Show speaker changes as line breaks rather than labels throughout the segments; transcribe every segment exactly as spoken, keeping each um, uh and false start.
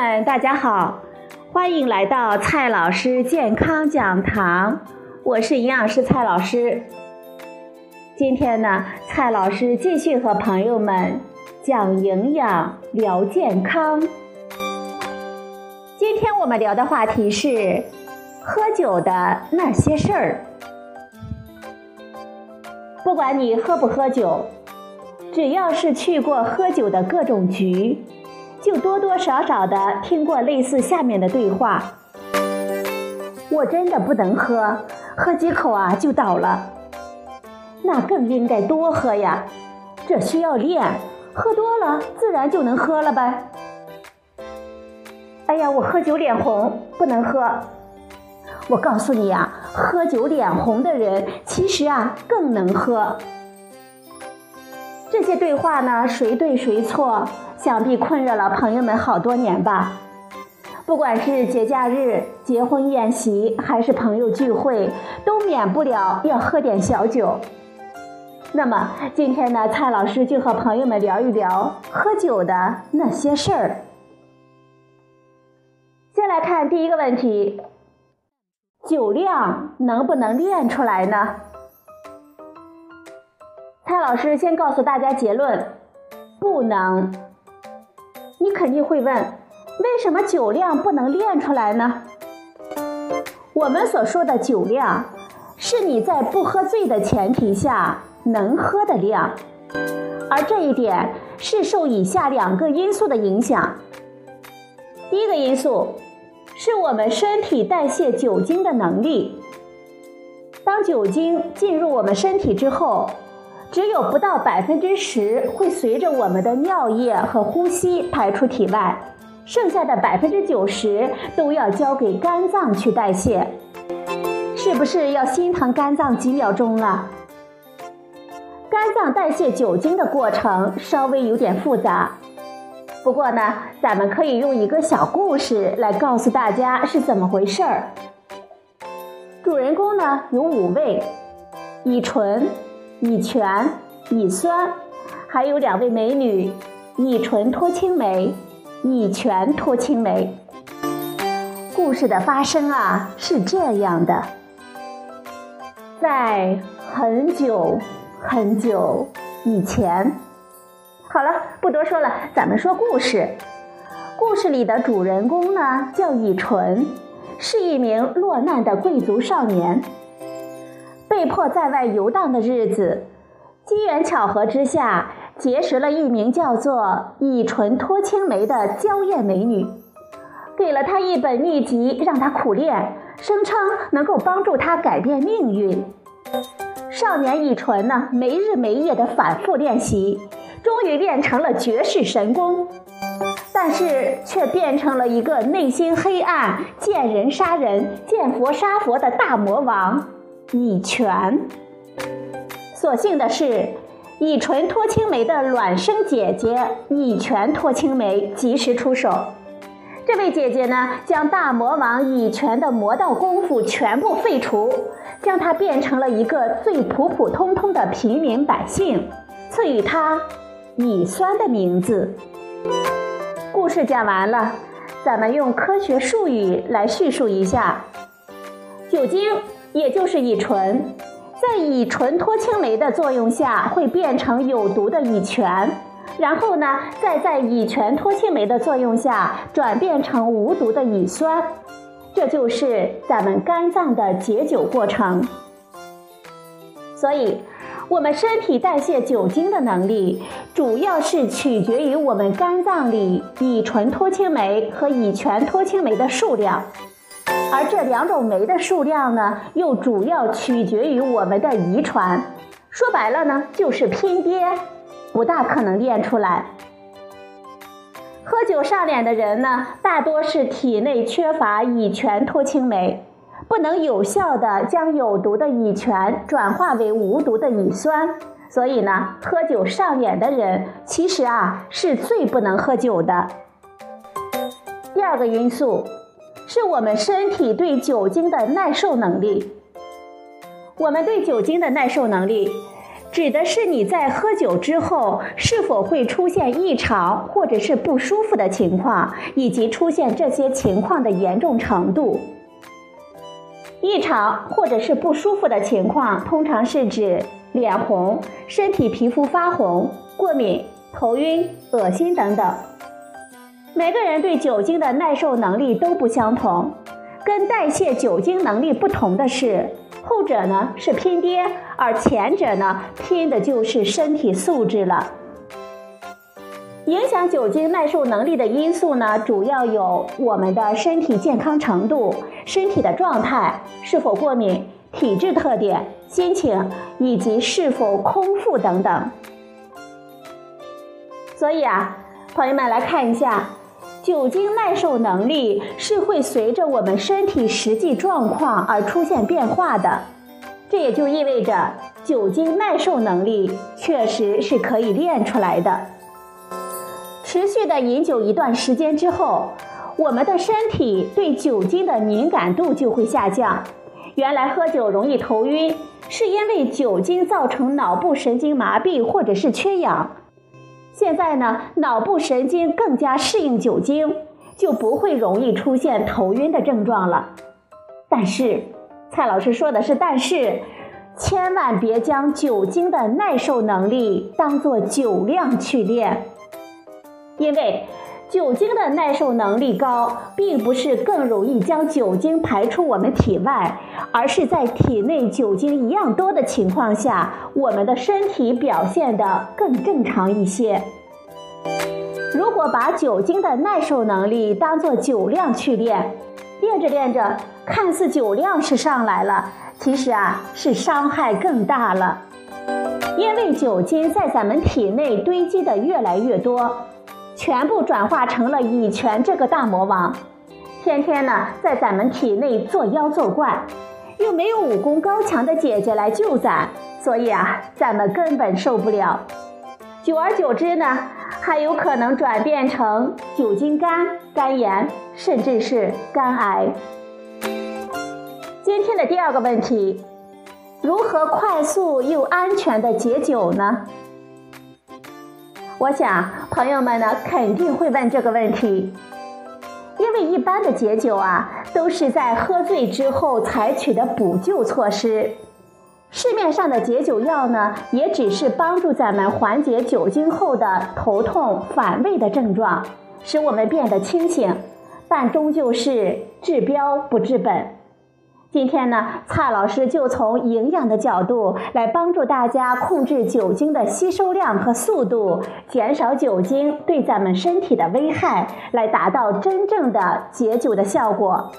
们，大家好，欢迎来到蔡老师健康讲堂，我是营养师蔡老师。今天呢，蔡老师继续和朋友们讲营养聊健康。今天我们聊的话题是喝酒的那些事儿。不管你喝不喝酒，只要是去过喝酒的各种局，就多多少少的听过类似下面的对话：我真的不能喝，喝几口啊就倒了。那更应该多喝呀，这需要练，喝多了自然就能喝了呗。哎呀，我喝酒脸红，不能喝。我告诉你啊，喝酒脸红的人其实啊更能喝。这些对话呢，谁对谁错，想必困扰了朋友们好多年吧。不管是节假日、结婚宴席，还是朋友聚会，都免不了要喝点小酒。那么今天呢，蔡老师就和朋友们聊一聊喝酒的那些事儿。先来看第一个问题，酒量能不能练出来呢？蔡老师先告诉大家结论，不能。你肯定会问，为什么酒量不能练出来呢？我们所说的酒量，是你在不喝醉的前提下能喝的量，而这一点是受以下两个因素的影响。第一个因素是我们身体代谢酒精的能力。当酒精进入我们身体之后，只有不到百分之十会随着我们的尿液和呼吸排出体外，剩下的百分之九十都要交给肝脏去代谢。是不是要心疼肝脏几秒钟了？肝脏代谢酒精的过程稍微有点复杂，不过呢，咱们可以用一个小故事来告诉大家是怎么回事儿。主人公呢有五位：乙醇、乙醛、乙酸，还有两位美女，乙醇脱氢酶、乙醛脱氢酶。故事的发生啊是这样的，在很久很久以前，好了，不多说了，咱们说故事。故事里的主人公呢叫乙醇，是一名落难的贵族少年。被迫在外游荡的日子，机缘巧合之下结识了一名叫做乙醇脱氢酶的娇艳美女，给了他一本秘籍让他苦练，声称能够帮助他改变命运。少年乙醇呢没日没夜的反复练习，终于练成了绝世神功，但是却变成了一个内心黑暗、见人杀人、见佛杀佛的大魔王乙醛。所幸的是，乙醇脱氢酶的卵生姐姐乙醛脱氢酶及时出手。这位姐姐呢，将大魔王乙醛的魔道功夫全部废除，将他变成了一个最普普通通的平民百姓，赐予他乙酸的名字。故事讲完了，咱们用科学术语来叙述一下。酒精也就是乙醇，在乙醇脱氢酶的作用下会变成有毒的乙醛，然后呢，再在乙醛脱氢酶的作用下转变成无毒的乙酸，这就是咱们肝脏的解酒过程。所以我们身体代谢酒精的能力，主要是取决于我们肝脏里乙醇脱氢酶和乙醛脱氢酶的数量，而这两种酶的数量呢，又主要取决于我们的遗传。说白了呢，就是拼爹，不大可能练出来。喝酒上脸的人呢，大多是体内缺乏乙醛脱氢酶，不能有效地将有毒的乙醛转化为无毒的乙酸，所以呢，喝酒上脸的人其实啊是最不能喝酒的。第二个因素是我们身体对酒精的耐受能力。我们对酒精的耐受能力指的是你在喝酒之后是否会出现异常或者是不舒服的情况，以及出现这些情况的严重程度。异常或者是不舒服的情况，通常是指脸红、身体皮肤发红、过敏、头晕、恶心等等。每个人对酒精的耐受能力都不相同，跟代谢酒精能力不同的是，后者呢是拼爹，而前者呢拼的就是身体素质了。影响酒精耐受能力的因素呢，主要有我们的身体健康程度、身体的状态、是否过敏、体质特点、心情以及是否空腹等等。所以啊，朋友们来看一下，酒精耐受能力是会随着我们身体实际状况而出现变化的，这也就意味着酒精耐受能力确实是可以练出来的。持续的饮酒一段时间之后，我们的身体对酒精的敏感度就会下降。原来喝酒容易头晕，是因为酒精造成脑部神经麻痹或者是缺氧。现在呢，脑部神经更加适应酒精，就不会容易出现头晕的症状了。但是，蔡老师说的是但是，千万别将酒精的耐受能力当作酒量去练。因为酒精的耐受能力高，并不是更容易将酒精排出我们体外，而是在体内酒精一样多的情况下，我们的身体表现得更正常一些。如果把酒精的耐受能力当作酒量去练，练着练着，看似酒量是上来了，其实啊是伤害更大了。因为酒精在咱们体内堆积的越来越多，全部转化成了乙醛这个大魔王，天天呢在咱们体内作妖作怪，又没有武功高强的姐姐来救咱，所以啊咱们根本受不了。久而久之呢，还有可能转变成酒精肝、肝炎，甚至是肝癌。今天的第二个问题，如何快速又安全的解酒呢？我想朋友们呢肯定会问这个问题，因为一般的解酒啊都是在喝醉之后采取的补救措施，市面上的解酒药呢也只是帮助咱们缓解酒精后的头痛反胃的症状，使我们变得清醒，但终究是治标不治本。今天呢，蔡老师就从营养的角度来帮助大家控制酒精的吸收量和速度，减少酒精对咱们身体的危害，来达到真正的解酒的效果。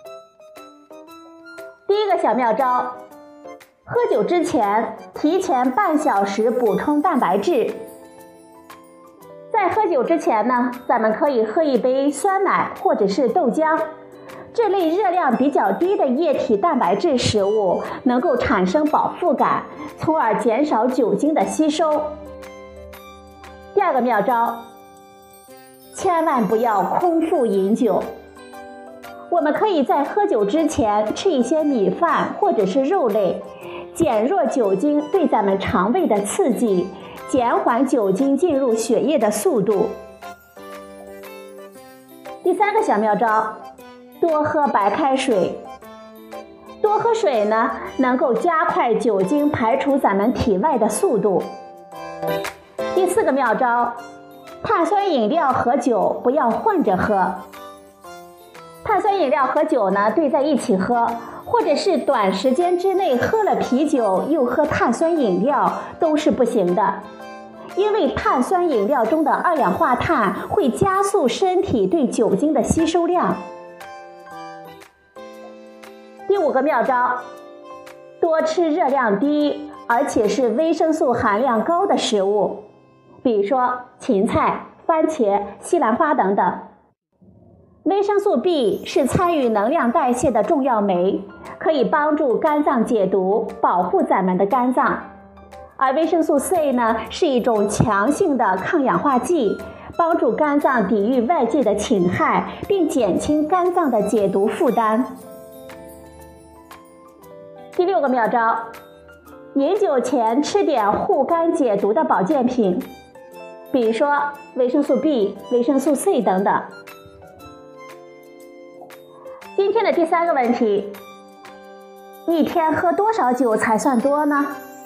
第一个小妙招，喝酒之前提前半小时补充蛋白质。在喝酒之前呢，咱们可以喝一杯酸奶或者是豆浆，这类热量比较低的液体蛋白质食物能够产生饱腹感，从而减少酒精的吸收。第二个妙招，千万不要空腹饮酒。我们可以在喝酒之前吃一些米饭或者是肉类，减弱酒精对咱们肠胃的刺激，减缓酒精进入血液的速度。第三个小妙招，多喝白开水。多喝水呢，能够加快酒精排出咱们体外的速度。第四个妙招，碳酸饮料和酒不要混着喝。碳酸饮料和酒呢兑在一起喝，或者是短时间之内喝了啤酒又喝碳酸饮料都是不行的，因为碳酸饮料中的二氧化碳会加速身体对酒精的吸收量。第五个妙招，多吃热量低而且是维生素含量高的食物，比如说芹菜、番茄、西兰花等等。维生素 B 是参与能量代谢的重要酶，可以帮助肝脏解毒，保护咱们的肝脏。而维生素 C 呢，是一种强性的抗氧化剂，帮助肝脏抵御外界的侵害，并减轻肝脏的解毒负担。第六个妙招， 饮酒前吃点护肝解毒的保健品，比如说维生素 B、维生素 C 等等。今天的第三个问题，一天喝多少酒才算多呢？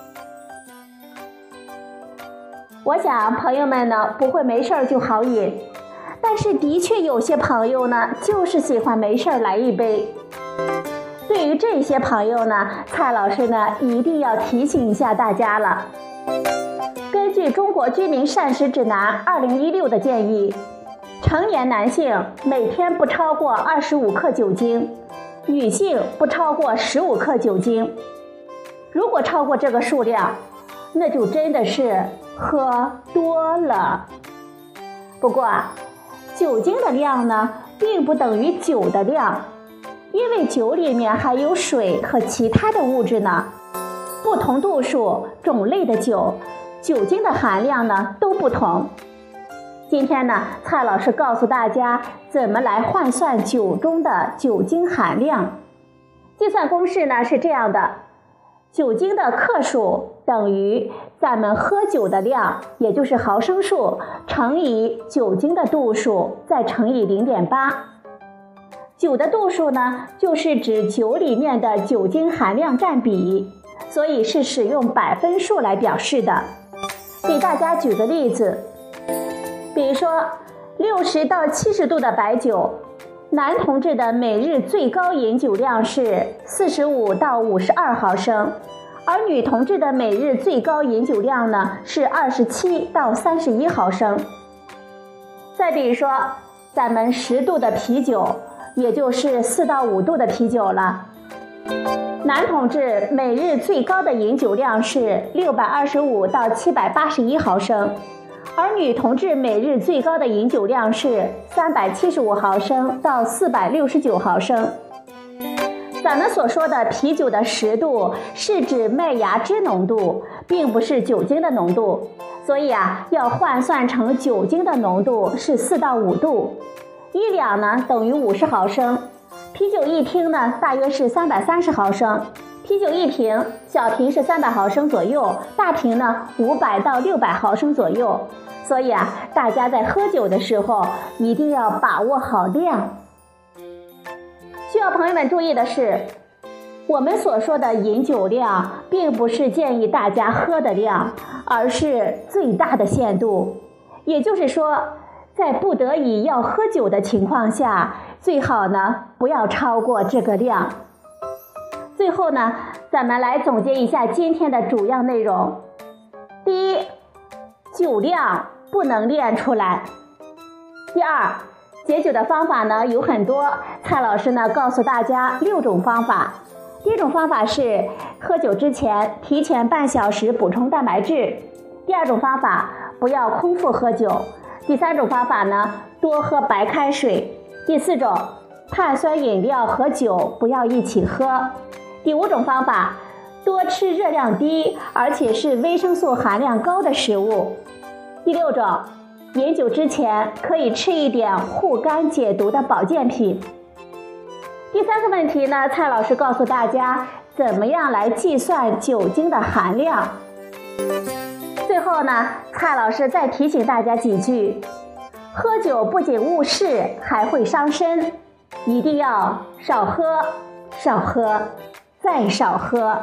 我想朋友们呢不会没事儿就好饮，但是的确有些朋友呢就是喜欢没事儿来一杯。对于这些朋友呢，蔡老师呢一定要提醒一下大家了。根据中国居民膳食指南二零一六的建议，成年男性每天不超过二十五克酒精，女性不超过十五克酒精。如果超过这个数量，那就真的是喝多了。不过酒精的量呢并不等于酒的量，因为酒里面还有水和其他的物质呢。不同度数种类的酒，酒精的含量呢都不同。今天呢，蔡老师告诉大家怎么来换算酒中的酒精含量。计算公式呢是这样的：酒精的克数等于咱们喝酒的量，也就是毫升数，乘以酒精的度数，再乘以 零点八。酒的度数呢，就是指酒里面的酒精含量占比，所以是使用百分数来表示的。给大家举个例子，比如说六十到七十度的白酒，男同志的每日最高饮酒量是四十五到五十二毫升，而女同志的每日最高饮酒量呢是二十七到三十一毫升。再比如说咱们十度的啤酒，也就是四到五度的啤酒了，男同志每日最高的饮酒量是六百二十五到七百八十一毫升，而女同志每日最高的饮酒量是三百七十五毫升到四百六十九毫升。咱们所说的啤酒的十度是指麦芽汁浓度，并不是酒精的浓度，所以啊，要换算成酒精的浓度是四到五度，一两呢等于五十毫升，啤酒一听呢大约是三百三十毫升，啤酒一瓶，小瓶是三百毫升左右，大瓶呢五百到六百毫升左右。所以啊，大家在喝酒的时候一定要把握好量。需要朋友们注意的是，我们所说的饮酒量并不是建议大家喝的量，而是最大的限度。也就是说，在不得已要喝酒的情况下，最好呢不要超过这个量。最后呢，咱们来总结一下今天的主要内容。第一，酒量不能练出来。第二，解酒的方法呢有很多，蔡老师呢告诉大家六种方法。第一种方法是喝酒之前提前半小时补充蛋白质。第二种方法，不要空腹喝酒。第三种方法呢，多喝白开水。第四种，碳酸饮料和酒不要一起喝。第五种方法，多吃热量低而且是维生素含量高的食物。第六种，饮酒之前可以吃一点护肝解毒的保健品。第三个问题呢，蔡老师告诉大家怎么样来计算酒精的含量。最后呢，蔡老师再提醒大家几句：喝酒不仅误事，还会伤身，一定要少喝、少喝、再少喝。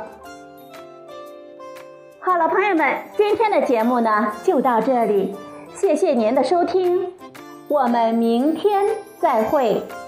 好了，朋友们，今天的节目呢就到这里，谢谢您的收听，我们明天再会。